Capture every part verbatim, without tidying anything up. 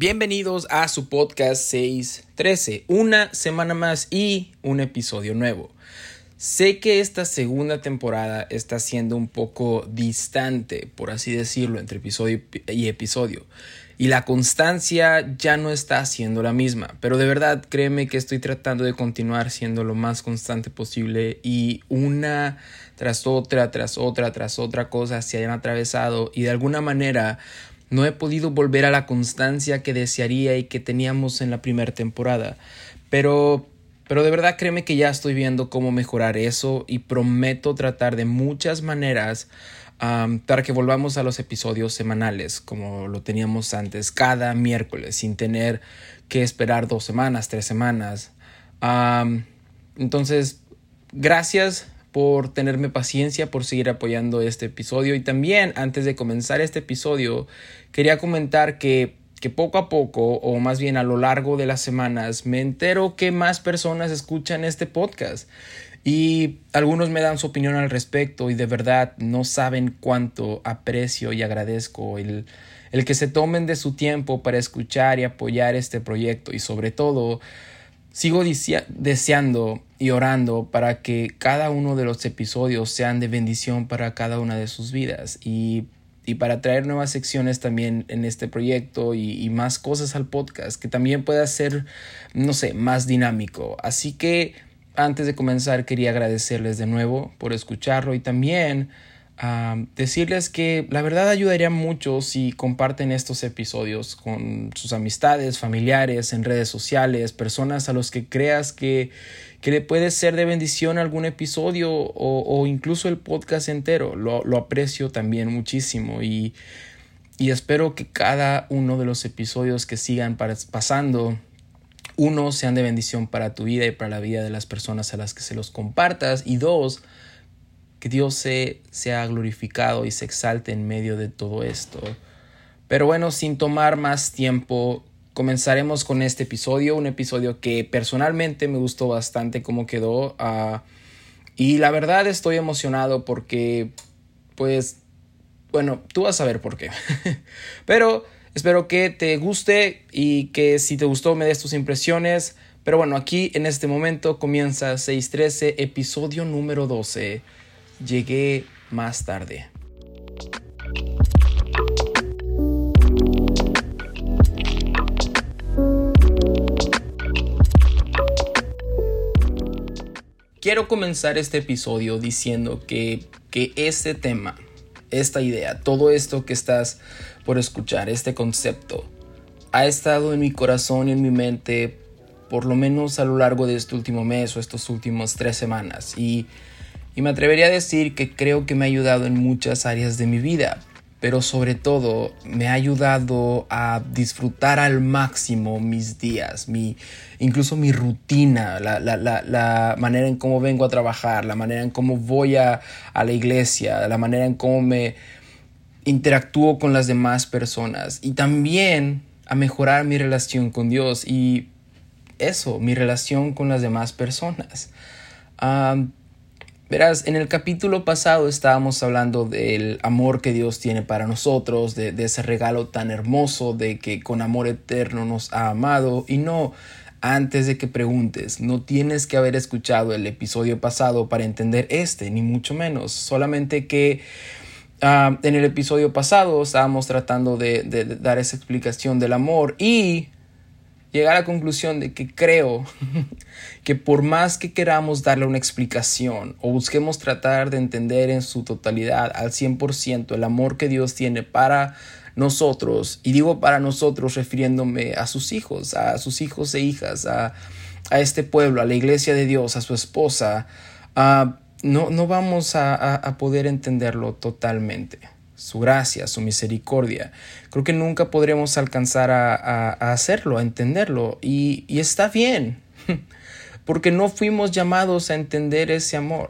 Bienvenidos a su podcast seis trece, una semana más y un episodio nuevo. Sé que esta segunda temporada está siendo un poco distante, por así decirlo, entre episodio y episodio. Y la constancia ya no está siendo la misma. Pero de verdad, créeme que estoy tratando de continuar siendo lo más constante posible. Y una tras otra, tras otra, tras otra cosa se hayan atravesado. Y de alguna manera no he podido volver a la constancia que desearía y que teníamos en la primera temporada. Pero... Pero de verdad créeme que ya estoy viendo cómo mejorar eso y prometo tratar de muchas maneras um, para que volvamos a los episodios semanales como lo teníamos antes, cada miércoles, sin tener que esperar dos semanas, tres semanas. Um, entonces, gracias por tenerme paciencia, por seguir apoyando este episodio. Y también, antes de comenzar este episodio, quería comentar que que poco a poco, o más bien a lo largo de las semanas, me entero que más personas escuchan este podcast. Y algunos me dan su opinión al respecto y de verdad no saben cuánto aprecio y agradezco el, el que se tomen de su tiempo para escuchar y apoyar este proyecto. Y sobre todo, sigo desea- deseando y orando para que cada uno de los episodios sean de bendición para cada una de sus vidas. Y Y para traer nuevas secciones también en este proyecto y, y más cosas al podcast que también pueda ser, no sé, más dinámico. Así que antes de comenzar quería agradecerles de nuevo por escucharlo y también uh, decirles que la verdad ayudaría mucho si comparten estos episodios con sus amistades, familiares, en redes sociales, personas a los que creas que que le puede ser de bendición algún episodio o, o incluso el podcast entero. Lo, lo aprecio también muchísimo y, y espero que cada uno de los episodios que sigan pasando, uno, sean de bendición para tu vida y para la vida de las personas a las que se los compartas, y dos, que Dios se, sea glorificado y se exalte en medio de todo esto. Pero bueno, sin tomar más tiempo, comenzaremos con este episodio, un episodio que personalmente me gustó bastante cómo quedó uh, y la verdad estoy emocionado porque, pues, bueno, tú vas a ver por qué. Pero espero que te guste y que si te gustó me des tus impresiones. Pero bueno, aquí en este momento comienza seis trece, episodio número doce. Llegué más tarde. Quiero comenzar este episodio diciendo que, que este tema, esta idea, todo esto que estás por escuchar, este concepto, ha estado en mi corazón y en mi mente por lo menos a lo largo de este último mes o estos últimos tres semanas. Y, y me atrevería a decir que creo que me ha ayudado en muchas áreas de mi vida, pero sobre todo me ha ayudado a disfrutar al máximo mis días, mi, incluso mi rutina, la, la, la, la manera en cómo vengo a trabajar, la manera en cómo voy a, a la iglesia, la manera en cómo me interactúo con las demás personas y también a mejorar mi relación con Dios y eso, mi relación con las demás personas. Um, Verás, en el capítulo pasado estábamos hablando del amor que Dios tiene para nosotros, de, de ese regalo tan hermoso de que con amor eterno nos ha amado. Y no, antes de que preguntes, no tienes que haber escuchado el episodio pasado para entender este, ni mucho menos. Solamente que uh, en el episodio pasado estábamos tratando de, de, de dar esa explicación del amor y llegar a la conclusión de que creo que por más que queramos darle una explicación o busquemos tratar de entender en su totalidad al cien por ciento el amor que Dios tiene para nosotros, y digo para nosotros refiriéndome a sus hijos, a sus hijos e hijas, a, a este pueblo, a la iglesia de Dios, a su esposa, uh, no, no vamos a, a, a poder entenderlo totalmente. Su gracia, su misericordia. Creo que nunca podremos alcanzar a, a, a hacerlo, a entenderlo. Y, y está bien, porque no fuimos llamados a entender ese amor,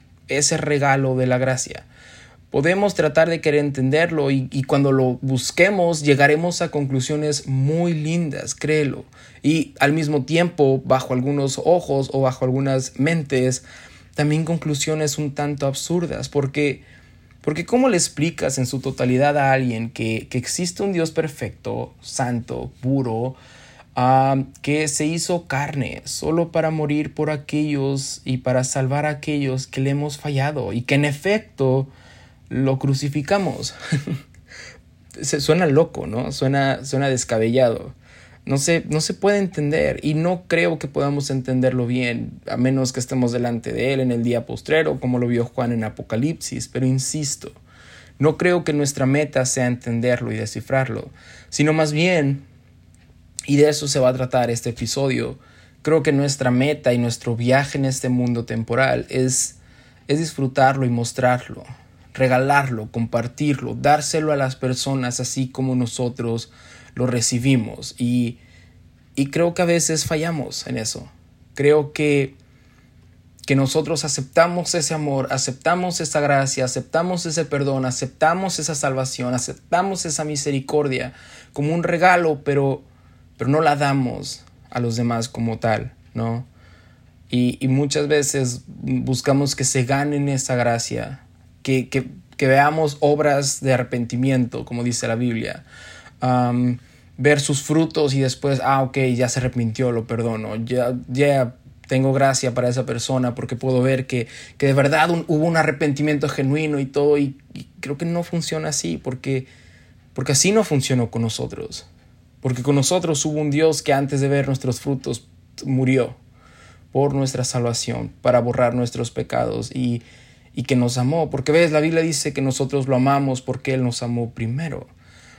ese regalo de la gracia. Podemos tratar de querer entenderlo y, y cuando lo busquemos llegaremos a conclusiones muy lindas, créelo. Y al mismo tiempo, bajo algunos ojos o bajo algunas mentes, también conclusiones un tanto absurdas, porque... Porque ¿cómo le explicas en su totalidad a alguien que, que existe un Dios perfecto, santo, puro, uh, que se hizo carne solo para morir por aquellos y para salvar a aquellos que le hemos fallado y que en efecto lo crucificamos? Se, suena loco, ¿no? Suena, suena descabellado. No se, no se puede entender y no creo que podamos entenderlo bien a menos que estemos delante de él en el día postrero como lo vio Juan en Apocalipsis. Pero insisto, no creo que nuestra meta sea entenderlo y descifrarlo, sino más bien, y de eso se va a tratar este episodio, creo que nuestra meta y nuestro viaje en este mundo temporal es, es disfrutarlo y mostrarlo, regalarlo, compartirlo, dárselo a las personas así como nosotros lo recibimos. Y, y creo que a veces fallamos en eso. Creo que, que nosotros aceptamos ese amor, aceptamos esa gracia, aceptamos ese perdón, aceptamos esa salvación, aceptamos esa misericordia como un regalo, pero, pero no la damos a los demás como tal, ¿no? Y, y muchas veces buscamos que se ganen esa gracia, que, que, que veamos obras de arrepentimiento, como dice la Biblia. Um, ver sus frutos y después, ah, ok, ya se arrepintió, lo perdono, ya, ya tengo gracia para esa persona porque puedo ver que, que de verdad un, hubo un arrepentimiento genuino y todo, y, y creo que no funciona así, porque, porque así no funcionó con nosotros, porque con nosotros hubo un Dios que antes de ver nuestros frutos murió por nuestra salvación, para borrar nuestros pecados y, y que nos amó, porque ves, la Biblia dice que nosotros lo amamos porque Él nos amó primero.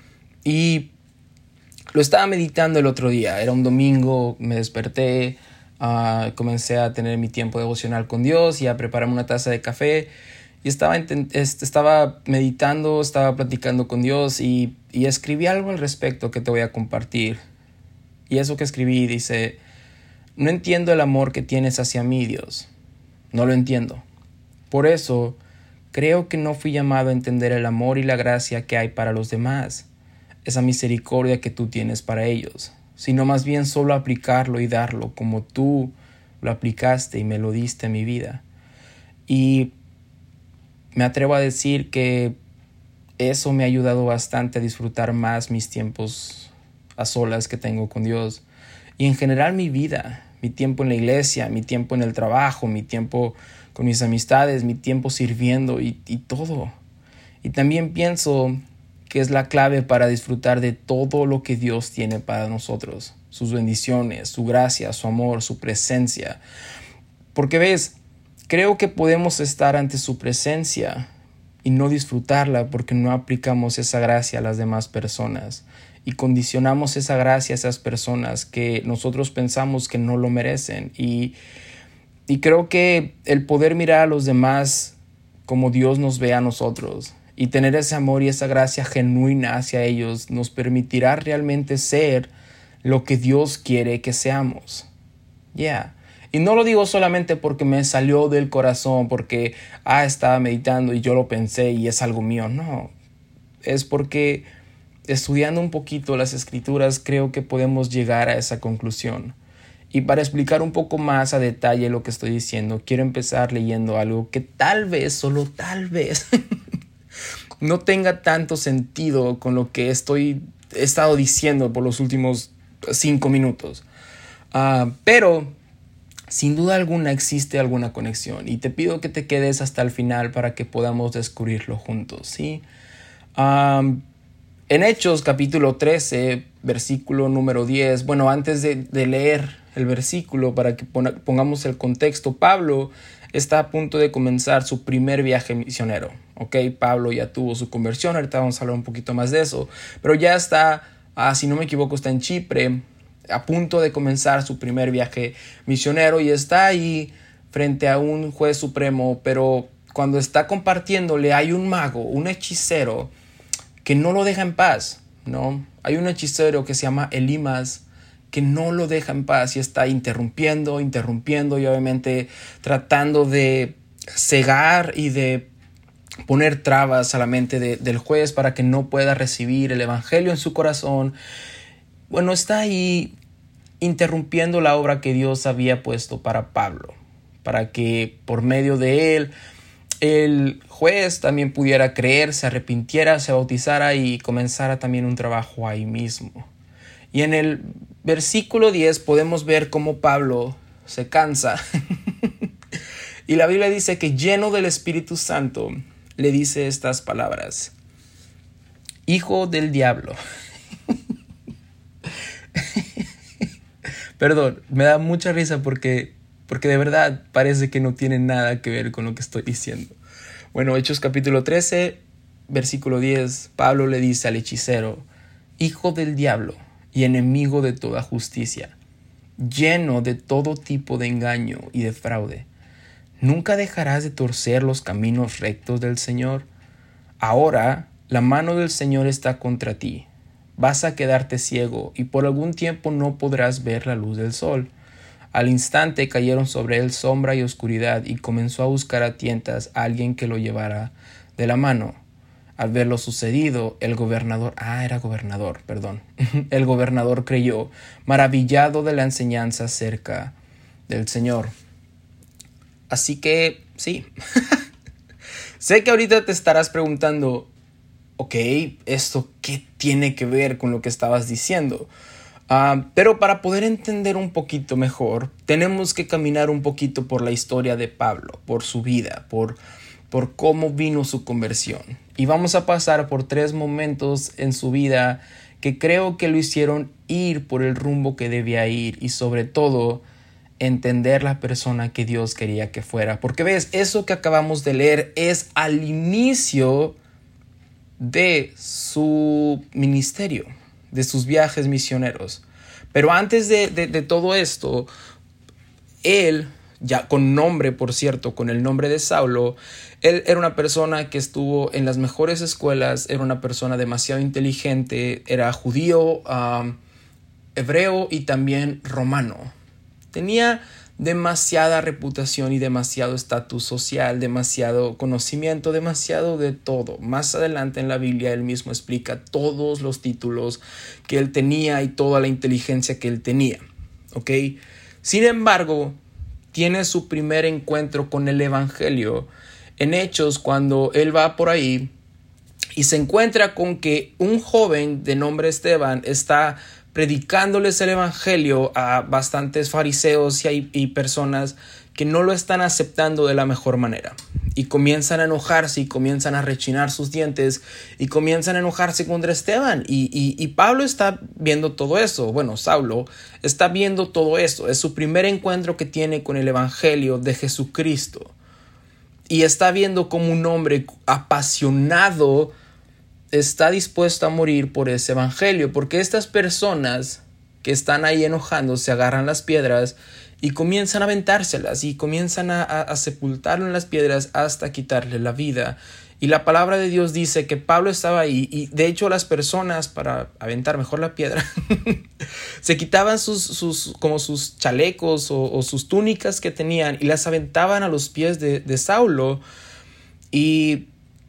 Y lo estaba meditando el otro día, era un domingo, me desperté, uh, comencé a tener mi tiempo devocional con Dios y a prepararme una taza de café y estaba, intent- estaba meditando, estaba platicando con Dios y, y escribí algo al respecto que te voy a compartir. Y eso que escribí dice: no entiendo el amor que tienes hacia mí, Dios, no lo entiendo. Por eso creo que no fui llamado a entender el amor y la gracia que hay para los demás, esa misericordia que tú tienes para ellos, sino más bien solo aplicarlo y darlo como tú lo aplicaste y me lo diste en mi vida. Y me atrevo a decir que eso me ha ayudado bastante a disfrutar más mis tiempos a solas que tengo con Dios y en general mi vida, mi tiempo en la iglesia, mi tiempo en el trabajo, mi tiempo con mis amistades, mi tiempo sirviendo y, y todo. Y también pienso que es la clave para disfrutar de todo lo que Dios tiene para nosotros, sus bendiciones, su gracia, su amor, su presencia. Porque ves, creo que podemos estar ante su presencia y no disfrutarla porque no aplicamos esa gracia a las demás personas y condicionamos esa gracia a esas personas que nosotros pensamos que no lo merecen. Y, y creo que el poder mirar a los demás como Dios nos ve a nosotros y tener ese amor y esa gracia genuina hacia ellos nos permitirá realmente ser lo que Dios quiere que seamos. Yeah. Y no lo digo solamente porque me salió del corazón, porque ah, estaba meditando y yo lo pensé y es algo mío. No, es porque estudiando un poquito las Escrituras creo que podemos llegar a esa conclusión. Y para explicar un poco más a detalle lo que estoy diciendo, quiero empezar leyendo algo que tal vez, solo tal vez, no tenga tanto sentido con lo que estoy, he estado diciendo por los últimos cinco minutos. Uh, pero sin duda alguna existe alguna conexión y te pido que te quedes hasta el final para que podamos descubrirlo juntos, ¿sí? Um, en Hechos capítulo trece, versículo número diez, bueno, antes de, de leer el versículo para que pongamos el contexto, Pablo está a punto de comenzar su primer viaje misionero, ¿ok? Pablo ya tuvo su conversión, ahorita vamos a hablar un poquito más de eso, pero ya está, ah, si no me equivoco, está en Chipre, a punto de comenzar su primer viaje misionero y está ahí frente a un juez supremo, pero cuando está compartiéndole hay un mago, un hechicero que no lo deja en paz, ¿no? Hay un hechicero que se llama Elimas que no lo deja en paz y está interrumpiendo, interrumpiendo y obviamente tratando de cegar y de poner trabas a la mente de, del juez para que no pueda recibir el evangelio en su corazón. Bueno, está ahí interrumpiendo la obra que Dios había puesto para Pablo, para que por medio de él el juez también pudiera creer, se arrepintiera, se bautizara y comenzara también un trabajo ahí mismo. Y en el versículo diez podemos ver cómo Pablo se cansa. Y la Biblia dice que lleno del Espíritu Santo le dice estas palabras: hijo del diablo. Perdón, me da mucha risa porque, porque de verdad parece que no tiene nada que ver con lo que estoy diciendo. Bueno, Hechos capítulo trece, versículo diez, Pablo le dice al hechicero: hijo del diablo y enemigo de toda justicia, lleno de todo tipo de engaño y de fraude, ¿nunca dejarás de torcer los caminos rectos del Señor? Ahora la mano del Señor está contra ti. Vas a quedarte ciego y por algún tiempo no podrás ver la luz del sol. Al instante cayeron sobre él sombra y oscuridad y comenzó a buscar a tientas a alguien que lo llevara de la mano. Al ver lo sucedido, el gobernador, ah, era gobernador, perdón, el gobernador creyó, maravillado de la enseñanza acerca del Señor. Así que, sí, sé que ahorita te estarás preguntando, ok, ¿esto qué tiene que ver con lo que estabas diciendo? Uh, pero para poder entender un poquito mejor, tenemos que caminar un poquito por la historia de Pablo, por su vida, por, por cómo vino su conversión. Y vamos a pasar por tres momentos en su vida que creo que lo hicieron ir por el rumbo que debía ir y sobre todo entender la persona que Dios quería que fuera. Porque ves, eso que acabamos de leer es al inicio de su ministerio, de sus viajes misioneros. Pero antes de, de, de todo esto, él, ya con nombre, por cierto, con el nombre de Saulo, él era una persona que estuvo en las mejores escuelas, era una persona demasiado inteligente, era judío, um, hebreo y también romano. Tenía demasiada reputación y demasiado estatus social, demasiado conocimiento, demasiado de todo. Más adelante en la Biblia él mismo explica todos los títulos que él tenía y toda la inteligencia que él tenía. ¿Ok? Sin embargo, tiene su primer encuentro con el Evangelio en Hechos cuando él va por ahí y se encuentra con que un joven de nombre Esteban está predicándoles el evangelio a bastantes fariseos y, hay, y personas que no lo están aceptando de la mejor manera. Y comienzan a enojarse y comienzan a rechinar sus dientes y comienzan a enojarse contra Esteban. Y, y, y Pablo está viendo todo eso. Bueno, Saulo está viendo todo eso. Es su primer encuentro que tiene con el evangelio de Jesucristo. Y está viendo como un hombre apasionado está dispuesto a morir por ese evangelio, porque estas personas que están ahí enojándose agarran las piedras y comienzan a aventárselas y comienzan a, a, a sepultarlo en las piedras hasta quitarle la vida. Y la palabra de Dios dice que Pablo estaba ahí y de hecho las personas, para aventar mejor la piedra, se quitaban sus, sus, como sus chalecos o, o sus túnicas que tenían y las aventaban a los pies de, de Saulo y,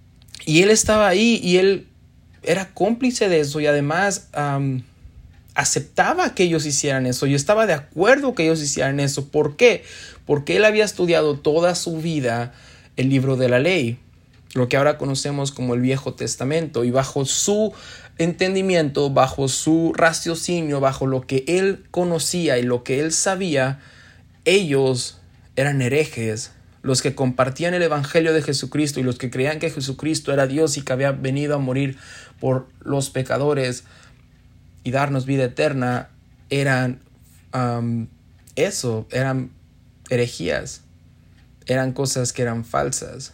y él estaba ahí y él era cómplice de eso y además um, aceptaba que ellos hicieran eso y estaba de acuerdo que ellos hicieran eso. ¿Por qué? Porque él había estudiado toda su vida el libro de la ley, lo que ahora conocemos como el Viejo Testamento, y bajo su entendimiento, bajo su raciocinio, bajo lo que él conocía y lo que él sabía, ellos eran herejes. Los que compartían el evangelio de Jesucristo y los que creían que Jesucristo era Dios y que había venido a morir por los pecadores y darnos vida eterna, eran um, eso, eran herejías, eran cosas que eran falsas.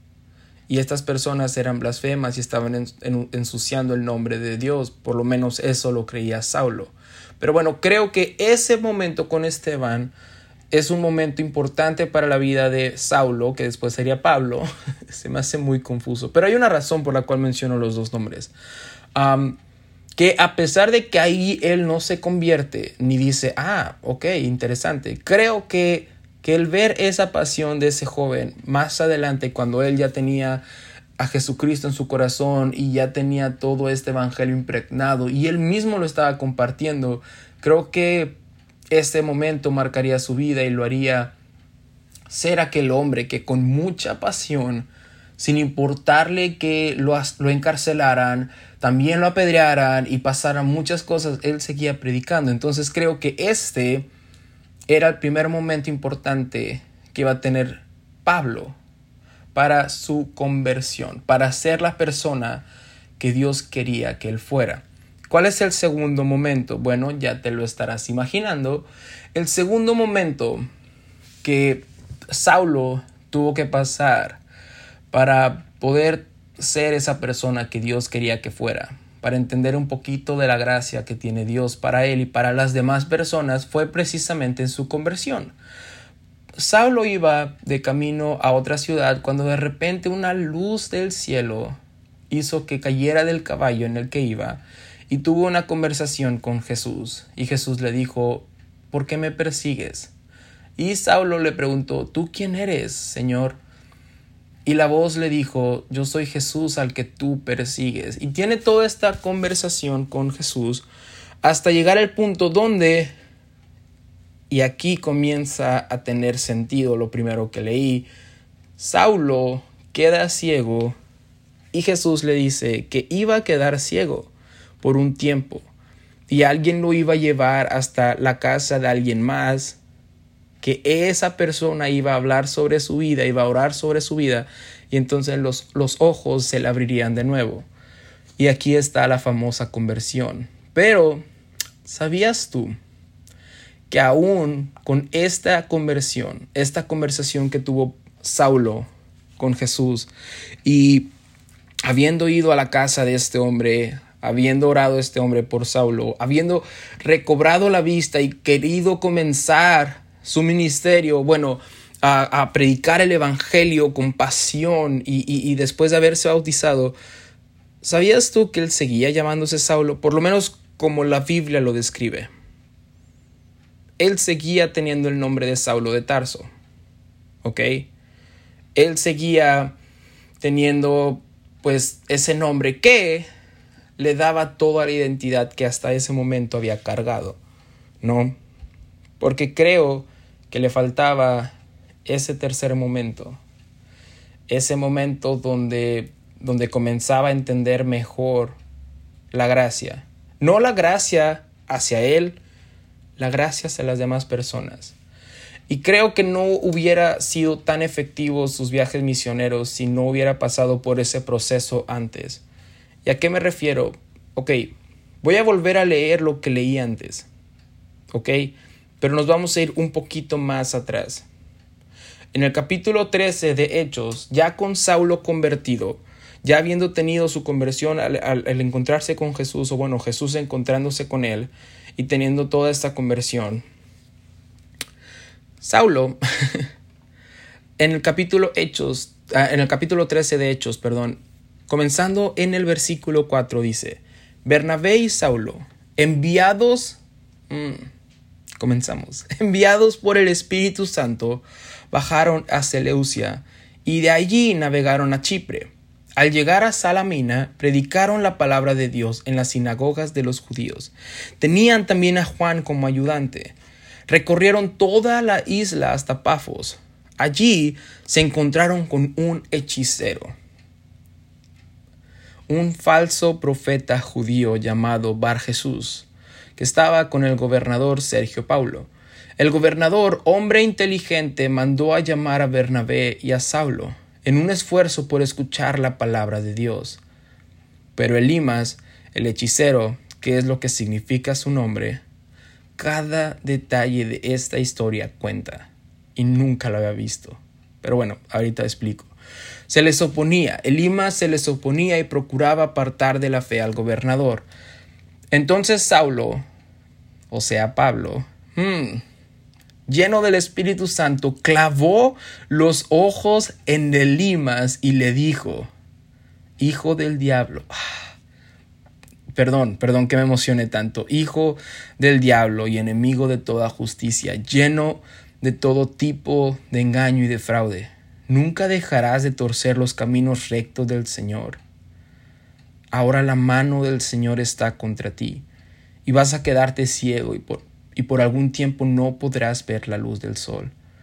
Y estas personas eran blasfemas y estaban en, en, ensuciando el nombre de Dios. Por lo menos eso lo creía Saulo. Pero bueno, creo que ese momento con Esteban es un momento importante para la vida de Saulo, que después sería Pablo. Se me hace muy confuso. Pero hay una razón por la cual menciono los dos nombres. Um, que a pesar de que ahí él no se convierte, ni dice, ah, ok, interesante. Creo que, que el ver esa pasión de ese joven más adelante, cuando él ya tenía a Jesucristo en su corazón y ya tenía todo este evangelio impregnado y él mismo lo estaba compartiendo, creo que este momento marcaría su vida y lo haría ser aquel hombre que con mucha pasión, sin importarle que lo, lo encarcelaran, también lo apedrearan y pasaran muchas cosas, él seguía predicando. Entonces creo que este era el primer momento importante que iba a tener Pablo para su conversión, para ser la persona que Dios quería que él fuera. ¿Cuál es el segundo momento? Bueno, ya te lo estarás imaginando. El segundo momento que Saulo tuvo que pasar para poder ser esa persona que Dios quería que fuera, para entender un poquito de la gracia que tiene Dios para él y para las demás personas, fue precisamente en su conversión. Saulo iba de camino a otra ciudad cuando de repente una luz del cielo hizo que cayera del caballo en el que iba y tuvo una conversación con Jesús. Y Jesús le dijo: ¿por qué me persigues? Y Saulo le preguntó: ¿tú quién eres, Señor? Y la voz le dijo: yo soy Jesús al que tú persigues. Y tiene toda esta conversación con Jesús hasta llegar al punto donde, y aquí comienza a tener sentido lo primero que leí, Saulo queda ciego y Jesús le dice que iba a quedar ciego por un tiempo y alguien lo iba a llevar hasta la casa de alguien más, que esa persona iba a hablar sobre su vida, iba a orar sobre su vida y entonces los, los ojos se le abrirían de nuevo. Y aquí está la famosa conversión. Pero, ¿sabías tú que aún con esta conversión, esta conversación que tuvo Saulo con Jesús y habiendo ido a la casa de este hombre, habiendo orado este hombre por Saulo, habiendo recobrado la vista y querido comenzar su ministerio, bueno, a, a predicar el evangelio con pasión y, y, y después de haberse bautizado, ¿sabías tú que él seguía llamándose Saulo? Por lo menos como la Biblia lo describe. Él seguía teniendo el nombre de Saulo de Tarso, ¿ok? Él seguía teniendo pues ese nombre que le daba toda la identidad que hasta ese momento había cargado, ¿no? Porque creo que le faltaba ese tercer momento, ese momento donde, donde comenzaba a entender mejor la gracia. No la gracia hacia él, la gracia hacia las demás personas. Y creo que no hubiera sido tan efectivos sus viajes misioneros si no hubiera pasado por ese proceso antes. ¿Y a qué me refiero? Ok, voy a volver a leer lo que leí antes, ok, pero nos vamos a ir un poquito más atrás. En el capítulo trece de Hechos, ya con Saulo convertido, ya habiendo tenido su conversión al, al, al encontrarse con Jesús, o bueno, Jesús encontrándose con él y teniendo toda esta conversión, Saulo, en el capítulo Hechos, en el capítulo trece de Hechos, perdón, comenzando en el versículo cuatro dice: Bernabé y Saulo, enviados, mmm, comenzamos, enviados por el Espíritu Santo, bajaron a Seleucia y de allí navegaron a Chipre. Al llegar a Salamina, predicaron la palabra de Dios en las sinagogas de los judíos. Tenían también a Juan como ayudante. Recorrieron toda la isla hasta Pafos. Allí se encontraron con un hechicero, un falso profeta judío llamado Bar Jesús, que estaba con el gobernador Sergio Paulo. El gobernador, hombre inteligente, mandó a llamar a Bernabé y a Saulo en un esfuerzo por escuchar la palabra de Dios. Pero Elimas, el hechicero, que es lo que significa su nombre, cada detalle de esta historia cuenta y nunca lo había visto. Pero bueno, ahorita explico. Se les oponía, Elimas se les oponía y procuraba apartar de la fe al gobernador. Entonces Saulo, o sea Pablo, hmm, lleno del Espíritu Santo, clavó los ojos en Elimas y le dijo: hijo del diablo. Perdón, perdón que me emocione tanto. Hijo del diablo y enemigo de toda justicia, lleno de todo tipo de engaño y de fraude. Nunca dejarás de torcer los caminos rectos del Señor. Ahora la mano del Señor está contra ti y vas a quedarte ciego y por, y por algún tiempo no podrás ver la luz del sol.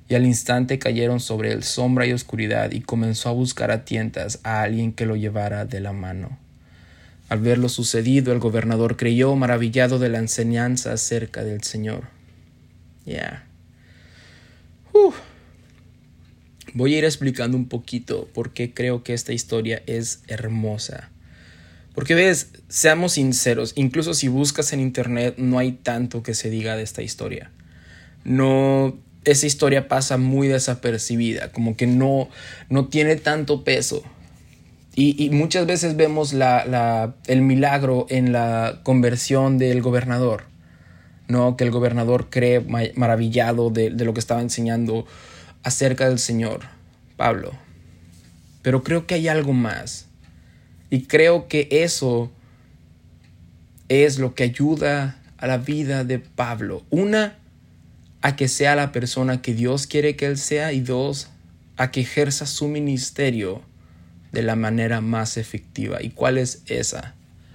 y al instante cayeron sobre él sombra y oscuridad, y comenzó a buscar a tientas a alguien que lo llevara de la mano. Al ver lo sucedido, el gobernador creyó, maravillado de la enseñanza acerca del Señor. Ya. Yeah. Uh. Voy a ir explicando un poquito por qué creo que esta historia es hermosa. Porque ves, seamos sinceros, incluso si buscas en internet no hay tanto que se diga de esta historia. No, esa historia pasa muy desapercibida, como que no, no tiene tanto peso. Y, y muchas veces vemos la, la, el milagro en la conversión del gobernador, ¿no? Que el gobernador cree maravillado de, de lo que estaba enseñando acerca del Señor, Pablo. Pero creo que hay algo más. Y creo que eso es lo que ayuda a la vida de Pablo. Una, a que sea la persona que Dios quiere que él sea. Y dos, a que ejerza su ministerio de la manera más efectiva. ¿Y cuál es esa?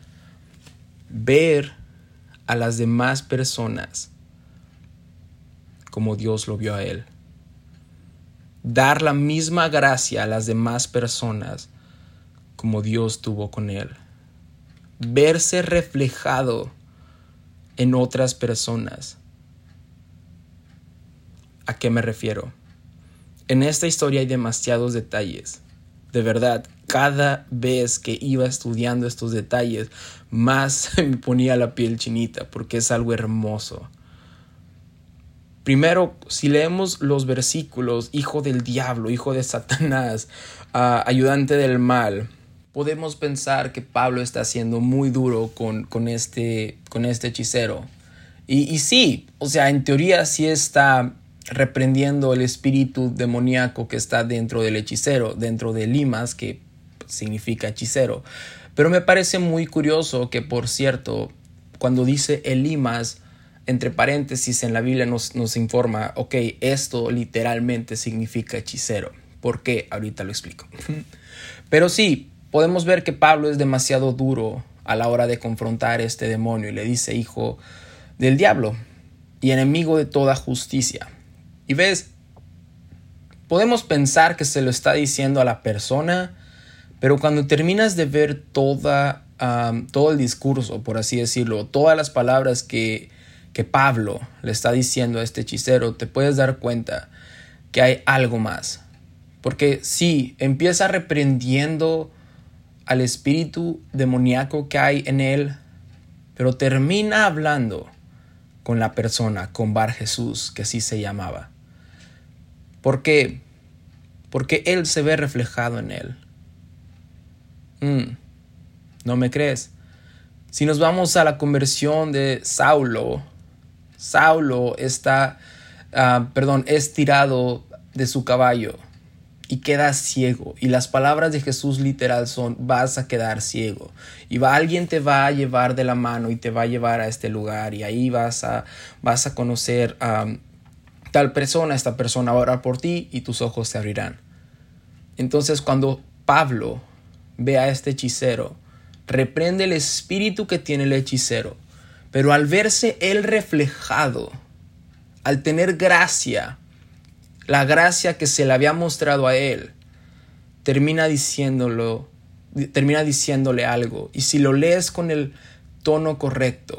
Ver a las demás personas como Dios lo vio a él. Dar la misma gracia a las demás personas como Dios tuvo con él. Verse reflejado en otras personas. ¿A qué me refiero? En esta historia hay demasiados detalles. De verdad, cada vez que iba estudiando estos detalles, más me ponía la piel chinita porque es algo hermoso. Primero, si leemos los versículos, hijo del diablo, hijo de Satanás, uh, ayudante del mal, podemos pensar que Pablo está siendo muy duro con, con, este, con este hechicero. Y, y sí, o sea, en teoría sí está reprendiendo el espíritu demoníaco que está dentro del hechicero, dentro de Elimas, que significa hechicero. Pero me parece muy curioso que, por cierto, cuando dice Elimas, entre paréntesis en la Biblia nos, nos informa, ok, esto literalmente significa hechicero. ¿Por qué? Ahorita lo explico. Pero sí, podemos ver que Pablo es demasiado duro a la hora de confrontar a este demonio y le dice hijo del diablo y enemigo de toda justicia. Y ves, podemos pensar que se lo está diciendo a la persona, pero cuando terminas de ver toda, um, todo el discurso, por así decirlo, todas las palabras que, que Pablo le está diciendo a este hechicero, te puedes dar cuenta que hay algo más. Porque sí, empieza reprendiendo al espíritu demoníaco que hay en él, pero termina hablando con la persona, con Bar Jesús, que así se llamaba. ¿Por qué? Porque él se ve reflejado en él. Mm, ¿no me crees? Si nos vamos a la conversión de Saulo, Saulo está, uh, perdón, es tirado de su caballo y queda ciego. Y las palabras de Jesús literal son, vas a quedar ciego. Y va, alguien te va a llevar de la mano y te va a llevar a este lugar. Y ahí vas a, vas a conocer a um, tal persona, esta persona va a orar por ti y tus ojos se abrirán. Entonces cuando Pablo ve a este hechicero, reprende el espíritu que tiene el hechicero. Pero al verse él reflejado, al tener gracia, la gracia que se le había mostrado a él, termina diciéndolo, termina diciéndole algo. Y si lo lees con el tono correcto,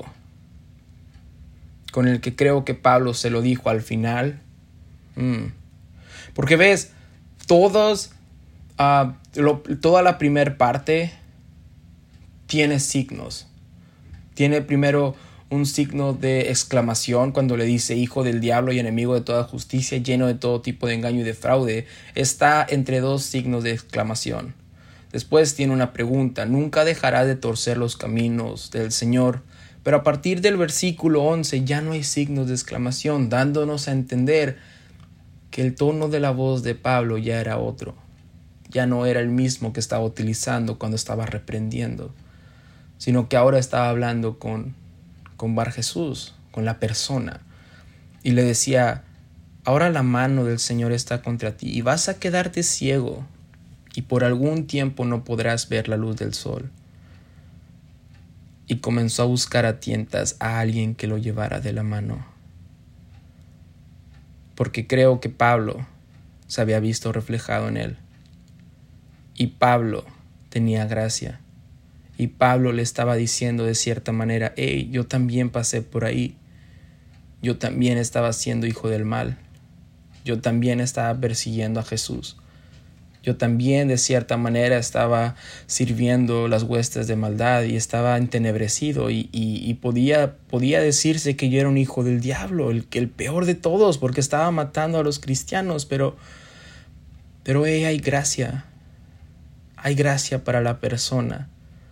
con el que creo que Pablo se lo dijo al final, mmm, porque ves, todos, uh, lo, toda la primera parte tiene signos. Tiene primero un signo de exclamación cuando le dice hijo del diablo y enemigo de toda justicia, lleno de todo tipo de engaño y de fraude. Está entre dos signos de exclamación. Después tiene una pregunta, nunca dejará de torcer los caminos del Señor. Pero a partir del versículo once ya no hay signos de exclamación, dándonos a entender que el tono de la voz de Pablo ya era otro. Ya no era el mismo que estaba utilizando cuando estaba reprendiendo, sino que ahora estaba hablando con, con Bar Jesús, con la persona. Y le decía, ahora la mano del Señor está contra ti y vas a quedarte ciego y por algún tiempo no podrás ver la luz del sol. Y comenzó a buscar a tientas a alguien que lo llevara de la mano. porque creo que Pablo se había visto reflejado en él. Y Pablo tenía gracia. Y Pablo le estaba diciendo de cierta manera, hey, yo también pasé por ahí. Yo también estaba siendo hijo del mal. Yo también estaba persiguiendo a Jesús. Yo también de cierta manera estaba sirviendo las huestes de maldad y estaba entenebrecido y, y, y podía, podía decirse que yo era un hijo del diablo, el, el peor de todos, porque estaba matando a los cristianos, pero, pero hey, hay gracia, hay gracia para la persona.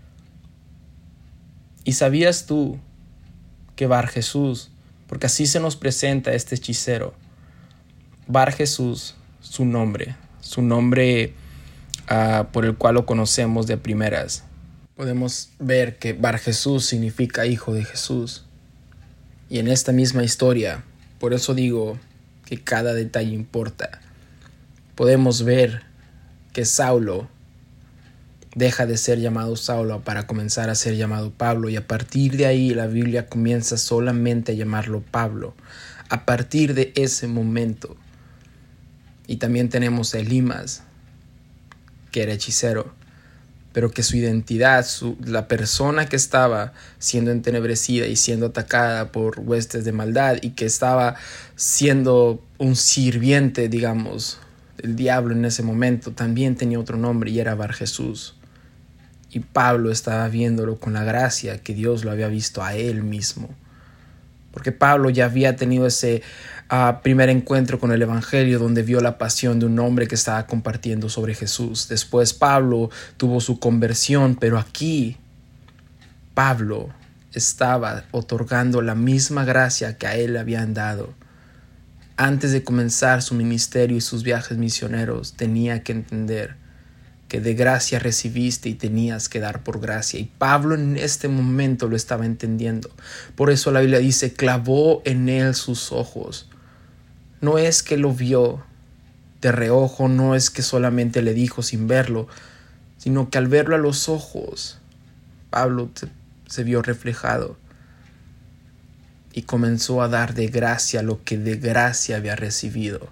¿Y sabías tú que Bar Jesús, porque así se nos presenta este hechicero, Bar Jesús, su nombre, su nombre uh, por el cual lo conocemos de primeras, podemos ver que Bar Jesús significa hijo de Jesús. Y en esta misma historia, por eso digo que cada detalle importa, podemos ver que Saulo deja de ser llamado Saulo para comenzar a ser llamado Pablo, y a partir de ahí la Biblia comienza solamente a llamarlo Pablo. A partir de ese momento. Y también tenemos a Elimas, que era hechicero, pero que su identidad, su, la persona que estaba siendo entenebrecida y siendo atacada por huestes de maldad y que estaba siendo un sirviente, digamos, del diablo en ese momento, también tenía otro nombre y era Bar Jesús. Y Pablo estaba viéndolo con la gracia que Dios lo había visto a él mismo. Porque Pablo ya había tenido ese uh, primer encuentro con el Evangelio donde vio la pasión de un hombre que estaba compartiendo sobre Jesús. Después Pablo tuvo su conversión, pero aquí Pablo estaba otorgando la misma gracia que a él le habían dado. Antes de comenzar su ministerio y sus viajes misioneros, tenía que entender que de gracia recibiste y tenías que dar por gracia. Y Pablo en este momento lo estaba entendiendo. Por eso la Biblia dice, clavó en él sus ojos. No es que lo vio de reojo, no es que solamente le dijo sin verlo, sino que al verlo a los ojos, Pablo se, se vio reflejado y comenzó a dar de gracia lo que de gracia había recibido.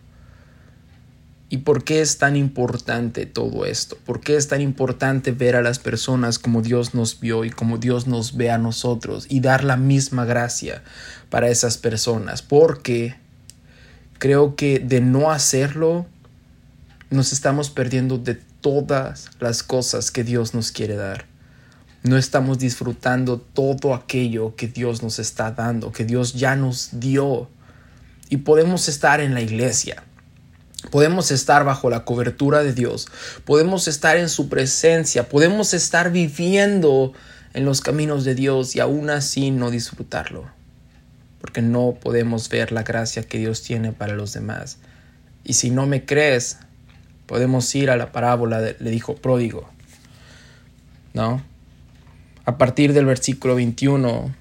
¿Y por qué es tan importante todo esto? ¿Por qué es tan importante ver a las personas como Dios nos vio y como Dios nos ve a nosotros y dar la misma gracia para esas personas? Porque creo que de no hacerlo nos estamos perdiendo de todas las cosas que Dios nos quiere dar. No estamos disfrutando todo aquello que Dios nos está dando, que Dios ya nos dio. Y podemos estar en la iglesia. Podemos estar bajo la cobertura de Dios, podemos estar en su presencia, podemos estar viviendo en los caminos de Dios y aún así no disfrutarlo, porque no podemos ver la gracia que Dios tiene para los demás. Y si no me crees, podemos ir a la parábola del hijo pródigo, ¿no? A partir del versículo veintiuno,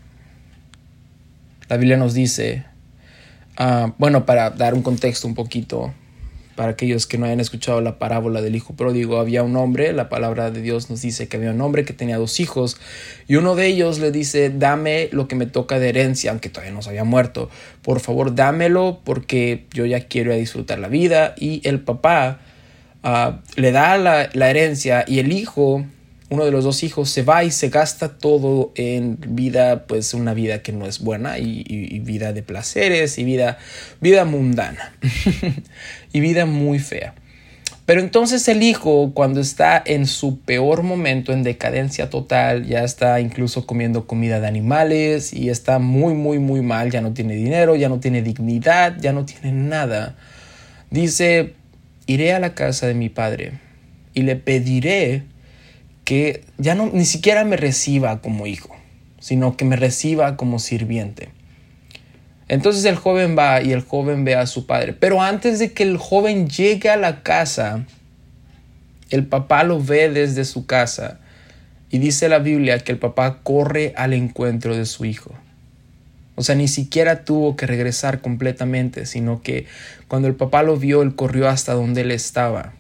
la Biblia nos dice, uh, bueno, para dar un contexto un poquito, para aquellos que no hayan escuchado la parábola del hijo pródigo, había un hombre, la palabra de Dios nos dice que había un hombre que tenía dos hijos y uno de ellos le dice, dame lo que me toca de herencia, aunque todavía no se había muerto, por favor dámelo porque yo ya quiero disfrutar la vida. Y el papá uh, le da la, la herencia y el hijo, uno de los dos hijos, se va y se gasta todo en vida, pues una vida que no es buena y, y, y vida de placeres y vida, vida mundana y vida muy fea. Pero entonces el hijo, cuando está en su peor momento, en decadencia total, ya está incluso comiendo comida de animales y está muy, muy, muy mal, ya no tiene dinero, ya no tiene dignidad, ya no tiene nada. Dice, iré a la casa de mi padre y le pediré que ya no ni siquiera me reciba como hijo, sino que me reciba como sirviente. Entonces el joven va y el joven ve a su padre. Pero antes de que el joven llegue a la casa, el papá lo ve desde su casa. Y dice la Biblia que el papá corre al encuentro de su hijo. O sea, ni siquiera tuvo que regresar completamente, sino que cuando el papá lo vio, él corrió hasta donde él estaba.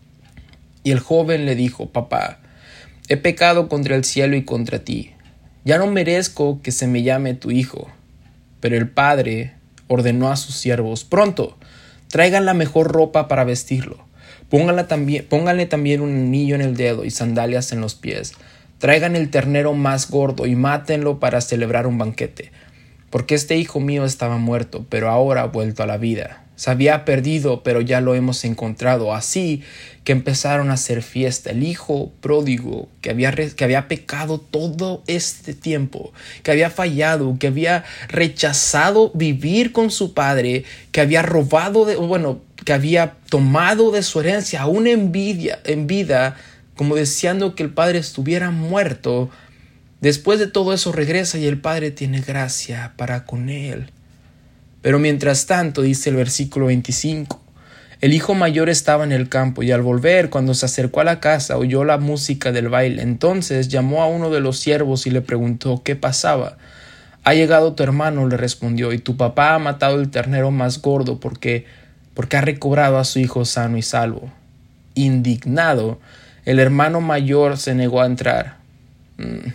Y el joven le dijo, papá, he pecado contra el cielo y contra ti. Ya no merezco que se me llame tu hijo. Pero el padre ordenó a sus siervos: pronto, traigan la mejor ropa para vestirlo. Pónganle también, pónganle también un anillo en el dedo y sandalias en los pies. Traigan el ternero más gordo y mátenlo para celebrar un banquete. Porque este hijo mío estaba muerto, pero ahora ha vuelto a la vida. Se había perdido, pero ya lo hemos encontrado. Así que empezaron a hacer fiesta. El hijo pródigo, que había, que había pecado todo este tiempo, que había fallado, que había rechazado vivir con su padre, que había robado, de, bueno, que había tomado de su herencia, aún en vida, en vida, como deseando que el padre estuviera muerto. Después de todo eso regresa y el padre tiene gracia para con él. Pero mientras tanto, dice el versículo veinticinco, el hijo mayor estaba en el campo y al volver, cuando se acercó a la casa, oyó la música del baile. Entonces llamó a uno de los siervos y le preguntó qué pasaba. Ha llegado tu hermano, le respondió, y tu papá ha matado el ternero más gordo porque, porque ha recobrado a su hijo sano y salvo. Indignado, el hermano mayor se negó a entrar. Mm.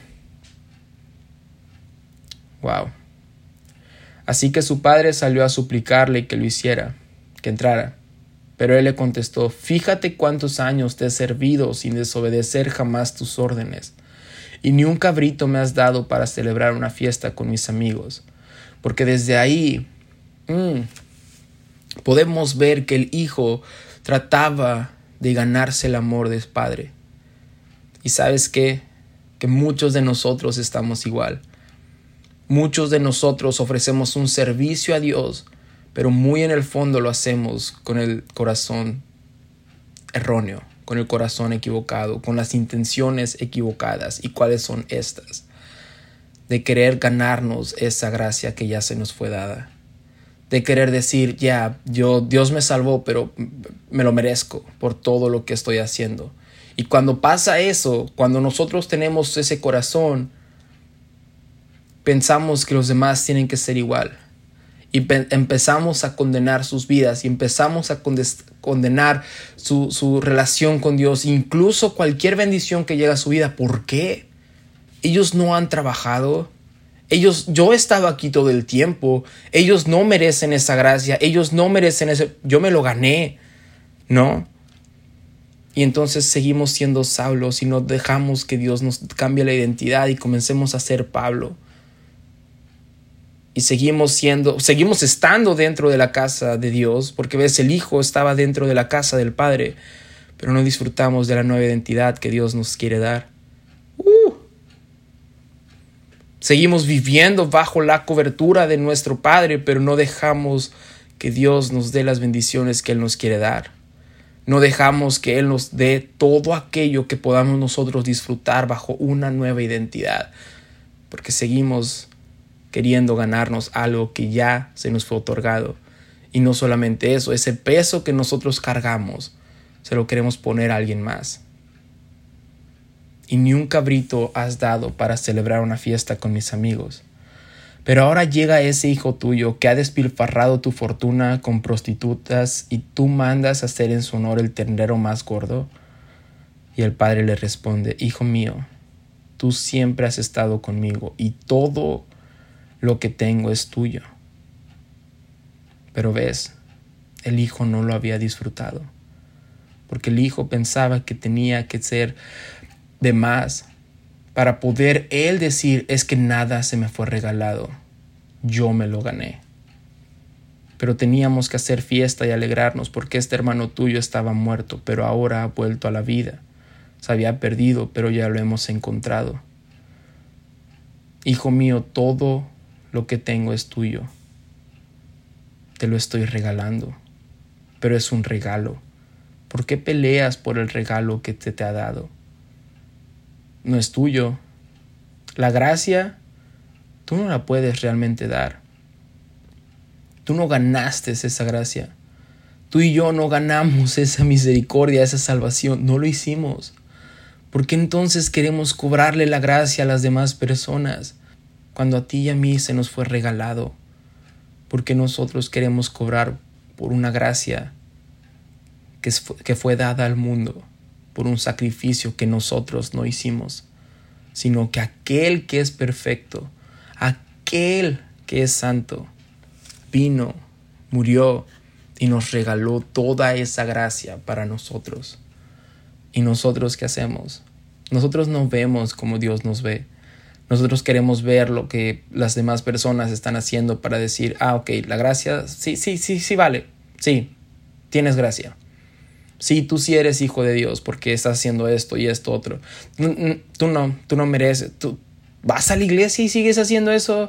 Wow. Así que su padre salió a suplicarle que lo hiciera, que entrara. Pero él le contestó: fíjate cuántos años te he servido sin desobedecer jamás tus órdenes, y ni un cabrito me has dado para celebrar una fiesta con mis amigos. Porque desde ahí mmm, podemos ver que el hijo trataba de ganarse el amor del padre. Y ¿sabes qué? Que muchos de nosotros estamos igual. Muchos de nosotros ofrecemos un servicio a Dios, pero muy en el fondo lo hacemos con el corazón erróneo, con el corazón equivocado, con las intenciones equivocadas. ¿Y cuáles son estas? De querer ganarnos esa gracia que ya se nos fue dada. De querer decir, ya, yo, Dios me salvó, pero me lo merezco por todo lo que estoy haciendo. Y cuando pasa eso, cuando nosotros tenemos ese corazón, pensamos que los demás tienen que ser igual. Y pe- empezamos a condenar sus vidas y empezamos a condes- condenar su, su relación con Dios, incluso cualquier bendición que llega a su vida. ¿Por qué? Ellos no han trabajado. Ellos, yo he estado aquí todo el tiempo. Ellos no merecen esa gracia. Ellos no merecen ese. Yo me lo gané, ¿no? Y entonces seguimos siendo Saulos y no dejamos que Dios nos cambie la identidad y comencemos a ser Pablo. Y seguimos siendo, seguimos estando dentro de la casa de Dios, porque ves, el Hijo estaba dentro de la casa del Padre, pero no disfrutamos de la nueva identidad que Dios nos quiere dar. Uh. Seguimos viviendo bajo la cobertura de nuestro Padre, pero no dejamos que Dios nos dé las bendiciones que Él nos quiere dar. No dejamos que Él nos dé todo aquello que podamos nosotros disfrutar bajo una nueva identidad, porque seguimos queriendo ganarnos algo que ya se nos fue otorgado. Y no solamente eso, ese peso que nosotros cargamos, se lo queremos poner a alguien más. Y ni un cabrito has dado para celebrar una fiesta con mis amigos. Pero ahora llega ese hijo tuyo que ha despilfarrado tu fortuna con prostitutas y tú mandas hacer en su honor el ternero más gordo. Y el padre le responde: hijo mío, tú siempre has estado conmigo y todo lo que tengo es tuyo. Pero ves, el hijo no lo había disfrutado, porque el hijo pensaba que tenía que ser de más para poder él decir: es que nada se me fue regalado, yo me lo gané. Pero teníamos que hacer fiesta y alegrarnos porque este hermano tuyo estaba muerto, pero ahora ha vuelto a la vida. Se había perdido, pero ya lo hemos encontrado. Hijo mío, todo lo que tengo es tuyo. Te lo estoy regalando, pero es un regalo. ¿Por qué peleas por el regalo que te, te ha dado? No es tuyo. La gracia, tú no la puedes realmente dar. Tú no ganaste esa gracia. Tú y yo no ganamos esa misericordia, esa salvación. No lo hicimos. ¿Por qué entonces queremos cobrarle la gracia a las demás personas cuando a ti y a mí se nos fue regalado? ¿Por qué nosotros queremos cobrar por una gracia que fue, que fue dada al mundo, por un sacrificio que nosotros no hicimos, sino que aquel que es perfecto, aquel que es santo, vino, murió y nos regaló toda esa gracia para nosotros. ¿Y nosotros qué hacemos? Nosotros no vemos como Dios nos ve. Nosotros queremos ver lo que las demás personas están haciendo para decir, ah, ok, la gracia, sí, sí, sí, sí vale. Sí, tienes gracia. Sí, tú sí eres hijo de Dios porque estás haciendo esto y esto otro. Tú no, tú no mereces. Tú vas a la iglesia y sigues haciendo eso.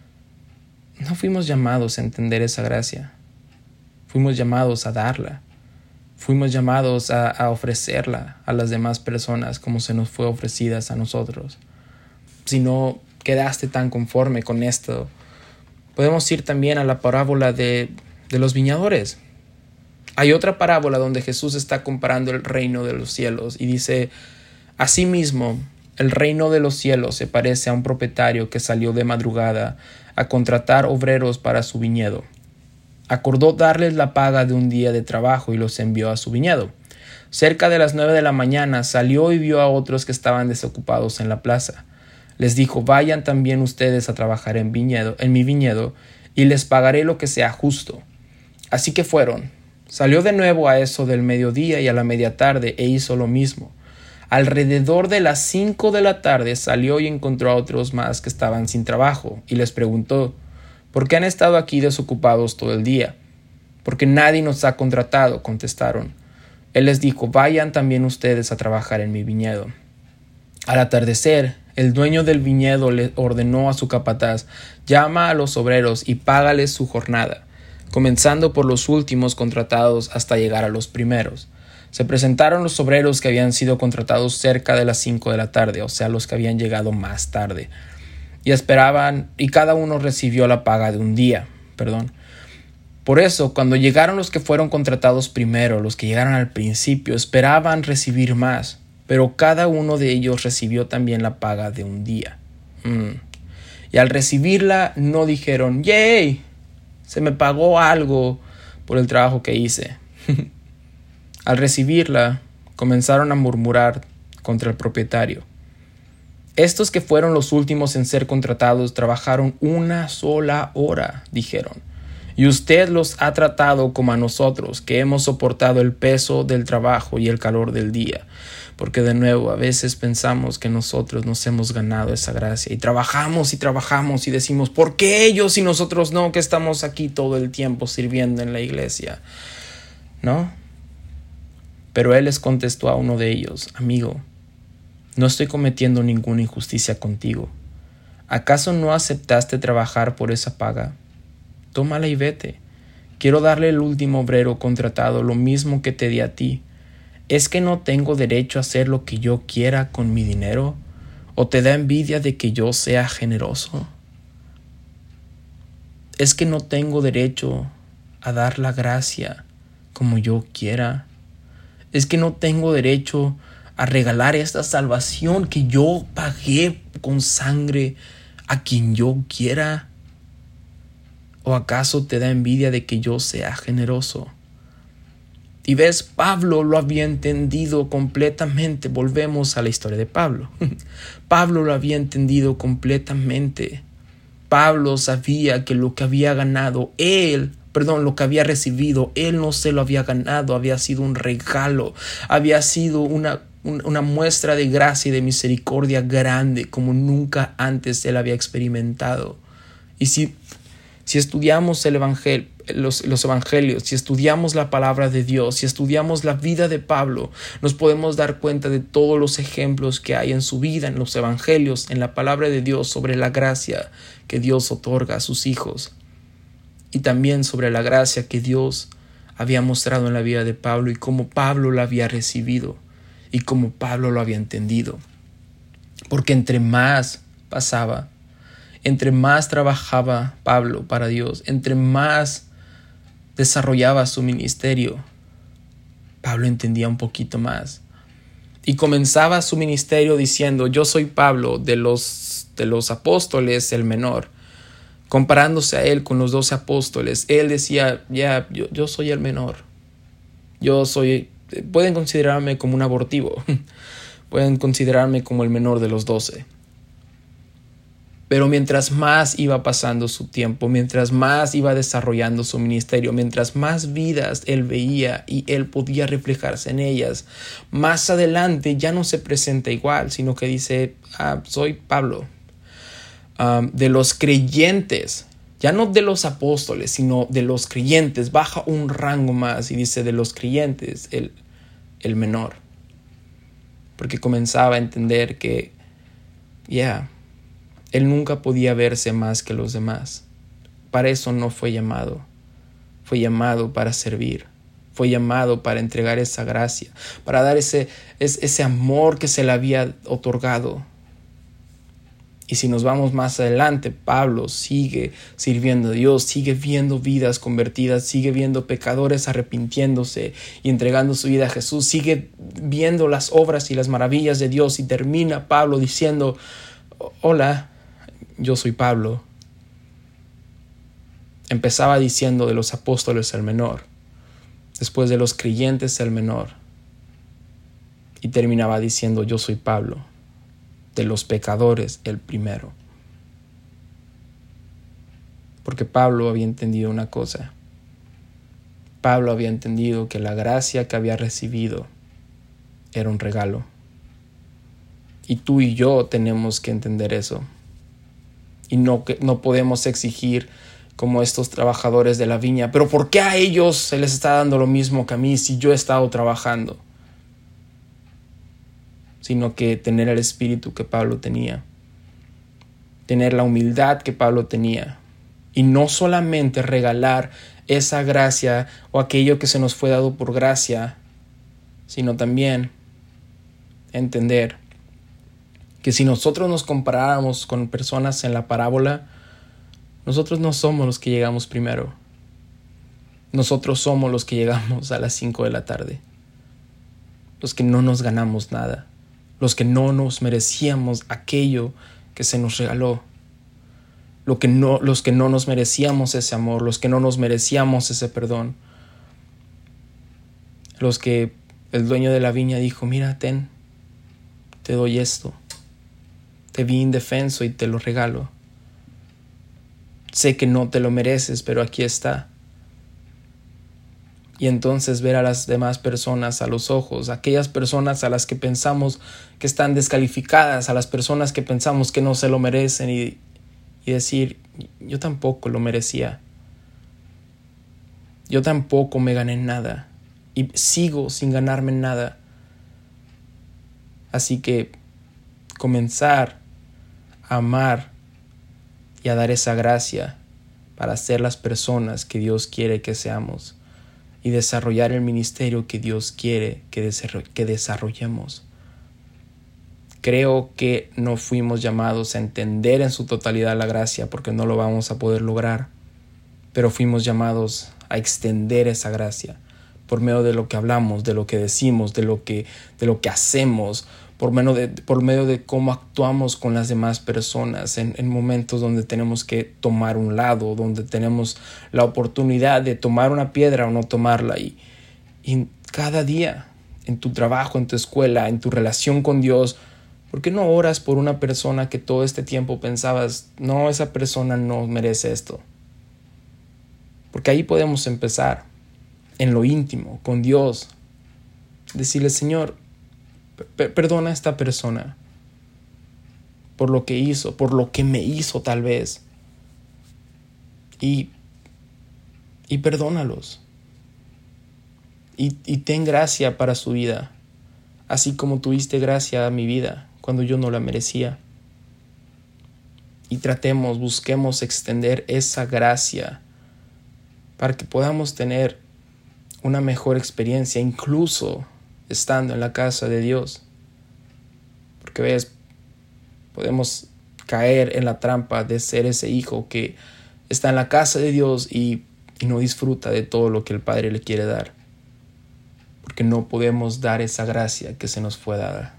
No fuimos llamados a entender esa gracia. Fuimos llamados a darla. Fuimos llamados a, a ofrecerla a las demás personas como se nos fue ofrecidas a nosotros. Si no quedaste tan conforme con esto, podemos ir también a la parábola de, de los viñadores. Hay otra parábola donde Jesús está comparando el reino de los cielos y dice, asimismo, el reino de los cielos se parece a un propietario que salió de madrugada a contratar obreros para su viñedo. Acordó darles la paga de un día de trabajo y los envió a su viñedo. Cerca de las nueve de la mañana salió y vio a otros que estaban desocupados en la plaza. Les dijo, vayan también ustedes a trabajar en, viñedo, en mi viñedo y les pagaré lo que sea justo. Así que fueron. Salió de nuevo a eso del mediodía y a la media tarde e hizo lo mismo. Alrededor de las cinco de la tarde salió y encontró a otros más que estaban sin trabajo y les preguntó, ¿por qué han estado aquí desocupados todo el día? Porque nadie nos ha contratado, contestaron. Él les dijo, vayan también ustedes a trabajar en mi viñedo. Al atardecer, el dueño del viñedo le ordenó a su capataz, llama a los obreros y págales su jornada, comenzando por los últimos contratados hasta llegar a los primeros. Se presentaron los obreros que habían sido contratados cerca de las cinco de la tarde, o sea, los que habían llegado más tarde. Y esperaban, y cada uno recibió la paga de un día, perdón. Por eso, cuando llegaron los que fueron contratados primero, los que llegaron al principio, esperaban recibir más, pero cada uno de ellos recibió también la paga de un día. Mm. Y al recibirla, no dijeron, ¡yay! Se me pagó algo por el trabajo que hice. Al recibirla, comenzaron a murmurar contra el propietario. Estos que fueron los últimos en ser contratados trabajaron una sola hora, dijeron. Y usted los ha tratado como a nosotros, que hemos soportado el peso del trabajo y el calor del día. Porque de nuevo, a veces pensamos que nosotros nos hemos ganado esa gracia. Y trabajamos y trabajamos y decimos, ¿por qué ellos y nosotros no, que estamos aquí todo el tiempo sirviendo en la iglesia? ¿No? Pero él les contestó a uno de ellos, amigo, no estoy cometiendo ninguna injusticia contigo. ¿Acaso no aceptaste trabajar por esa paga? Tómala y vete. Quiero darle al último obrero contratado lo mismo que te di a ti. ¿Es que no tengo derecho a hacer lo que yo quiera con mi dinero? ¿O te da envidia de que yo sea generoso? ¿Es que no tengo derecho a dar la gracia como yo quiera? ¿Es que no tengo derecho a regalar esta salvación que yo pagué con sangre a quien yo quiera? ¿O acaso te da envidia de que yo sea generoso? Y ves, Pablo lo había entendido completamente. Volvemos a la historia de Pablo. Pablo lo había entendido completamente. Pablo sabía que lo que había ganado él, perdón, lo que había recibido, él no se lo había ganado, había sido un regalo, había sido una, un, una muestra de gracia y de misericordia grande como nunca antes él había experimentado. Y si, si estudiamos el evangelio, Los, los evangelios, si estudiamos la palabra de Dios, si estudiamos la vida de Pablo, nos podemos dar cuenta de todos los ejemplos que hay en su vida, en los evangelios, en la palabra de Dios, sobre la gracia que Dios otorga a sus hijos. Y también sobre la gracia que Dios había mostrado en la vida de Pablo y cómo Pablo la había recibido y cómo Pablo lo había entendido. Porque entre más pasaba, entre más trabajaba Pablo para Dios, entre más desarrollaba su ministerio, Pablo entendía un poquito más. Y comenzaba su ministerio diciendo, yo soy Pablo, de los, de los apóstoles el menor. Comparándose a él con los doce apóstoles, él decía, ya, yeah, yo, yo soy el menor. Yo soy, pueden considerarme como un abortivo. Pueden considerarme como el menor de los doce. Pero mientras más iba pasando su tiempo, mientras más iba desarrollando su ministerio, mientras más vidas él veía y él podía reflejarse en ellas, más adelante ya no se presenta igual, sino que dice, ah, soy Pablo. Um, de los creyentes, ya no de los apóstoles, sino de los creyentes, baja un rango más y dice de los creyentes, el, el menor. Porque comenzaba a entender que, ya, yeah, él nunca podía verse más que los demás. Para eso no fue llamado. Fue llamado para servir. Fue llamado para entregar esa gracia, para dar ese, ese amor que se le había otorgado. Y si nos vamos más adelante, Pablo sigue sirviendo a Dios, sigue viendo vidas convertidas, sigue viendo pecadores arrepintiéndose y entregando su vida a Jesús, sigue viendo las obras y las maravillas de Dios y termina Pablo diciendo, hola, yo soy Pablo. Empezaba diciendo de los apóstoles el menor, después de los creyentes el menor, y terminaba diciendo yo soy Pablo, de los pecadores el primero. Porque Pablo había entendido una cosa. Pablo había entendido que la gracia que había recibido era un regalo. Y tú y yo tenemos que entender eso. Y no, no podemos exigir como estos trabajadores de la viña, pero ¿por qué a ellos se les está dando lo mismo que a mí si yo he estado trabajando? Sino que tener el espíritu que Pablo tenía, tener la humildad que Pablo tenía, y no solamente regalar esa gracia o aquello que se nos fue dado por gracia, sino también entender que si nosotros nos comparáramos con personas en la parábola, nosotros no somos los que llegamos primero. Nosotros somos los que llegamos a las cinco de la tarde. Los que no nos ganamos nada. Los que no nos merecíamos aquello que se nos regaló. Lo que no, los que no nos merecíamos ese amor. Los que no nos merecíamos ese perdón. Los que el dueño de la viña dijo, mira, ten, te doy esto. Te vi indefenso y te lo regalo. Sé que no te lo mereces, pero aquí está. Y entonces ver a las demás personas a los ojos, aquellas personas a las que pensamos que están descalificadas, a las personas que pensamos que no se lo merecen y, y decir, yo tampoco lo merecía. Yo tampoco me gané nada y sigo sin ganarme nada. Así que comenzar a amar y a dar esa gracia para ser las personas que Dios quiere que seamos y desarrollar el ministerio que Dios quiere que, desarroll- que desarrollemos. Creo que no fuimos llamados a entender en su totalidad la gracia porque no lo vamos a poder lograr, pero fuimos llamados a extender esa gracia por medio de lo que hablamos, de lo que decimos, de lo que, de lo que hacemos, por medio de, por medio de cómo actuamos con las demás personas en, en momentos donde tenemos que tomar un lado, donde tenemos la oportunidad de tomar una piedra o no tomarla. Y, y cada día, en tu trabajo, en tu escuela, en tu relación con Dios, ¿por qué no oras por una persona que todo este tiempo pensabas, no, esa persona no merece esto? Porque ahí podemos empezar, en lo íntimo, con Dios. Decirle, Señor, perdona a esta persona por lo que hizo, por lo que me hizo tal vez. Y, y perdónalos. Y, y ten gracia para su vida, así como tuviste gracia a mi vida cuando yo no la merecía. Y tratemos, busquemos extender esa gracia para que podamos tener una mejor experiencia, incluso estando en la casa de Dios. Porque ves, podemos caer en la trampa de ser ese hijo que está en la casa de Dios y, y no disfruta de todo lo que el Padre le quiere dar. Porque no podemos dar esa gracia que se nos fue dada.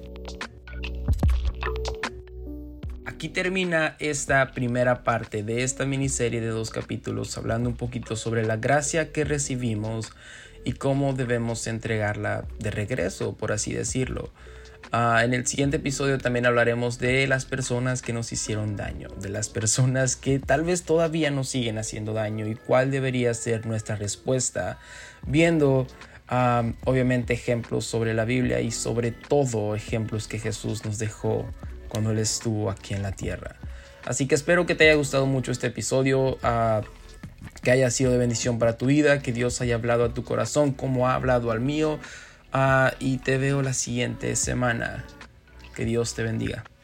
Aquí termina esta primera parte de esta miniserie de dos capítulos, hablando un poquito sobre la gracia que recibimos y cómo debemos entregarla de regreso, por así decirlo. Uh, en el siguiente episodio también hablaremos de las personas que nos hicieron daño, de las personas que tal vez todavía nos siguen haciendo daño y cuál debería ser nuestra respuesta, viendo um, obviamente ejemplos sobre la Biblia y sobre todo ejemplos que Jesús nos dejó cuando Él estuvo aquí en la tierra. Así que espero que te haya gustado mucho este episodio, uh, que haya sido de bendición para tu vida, que Dios haya hablado a tu corazón como ha hablado al mío. Uh, y te veo la siguiente semana. Que Dios te bendiga.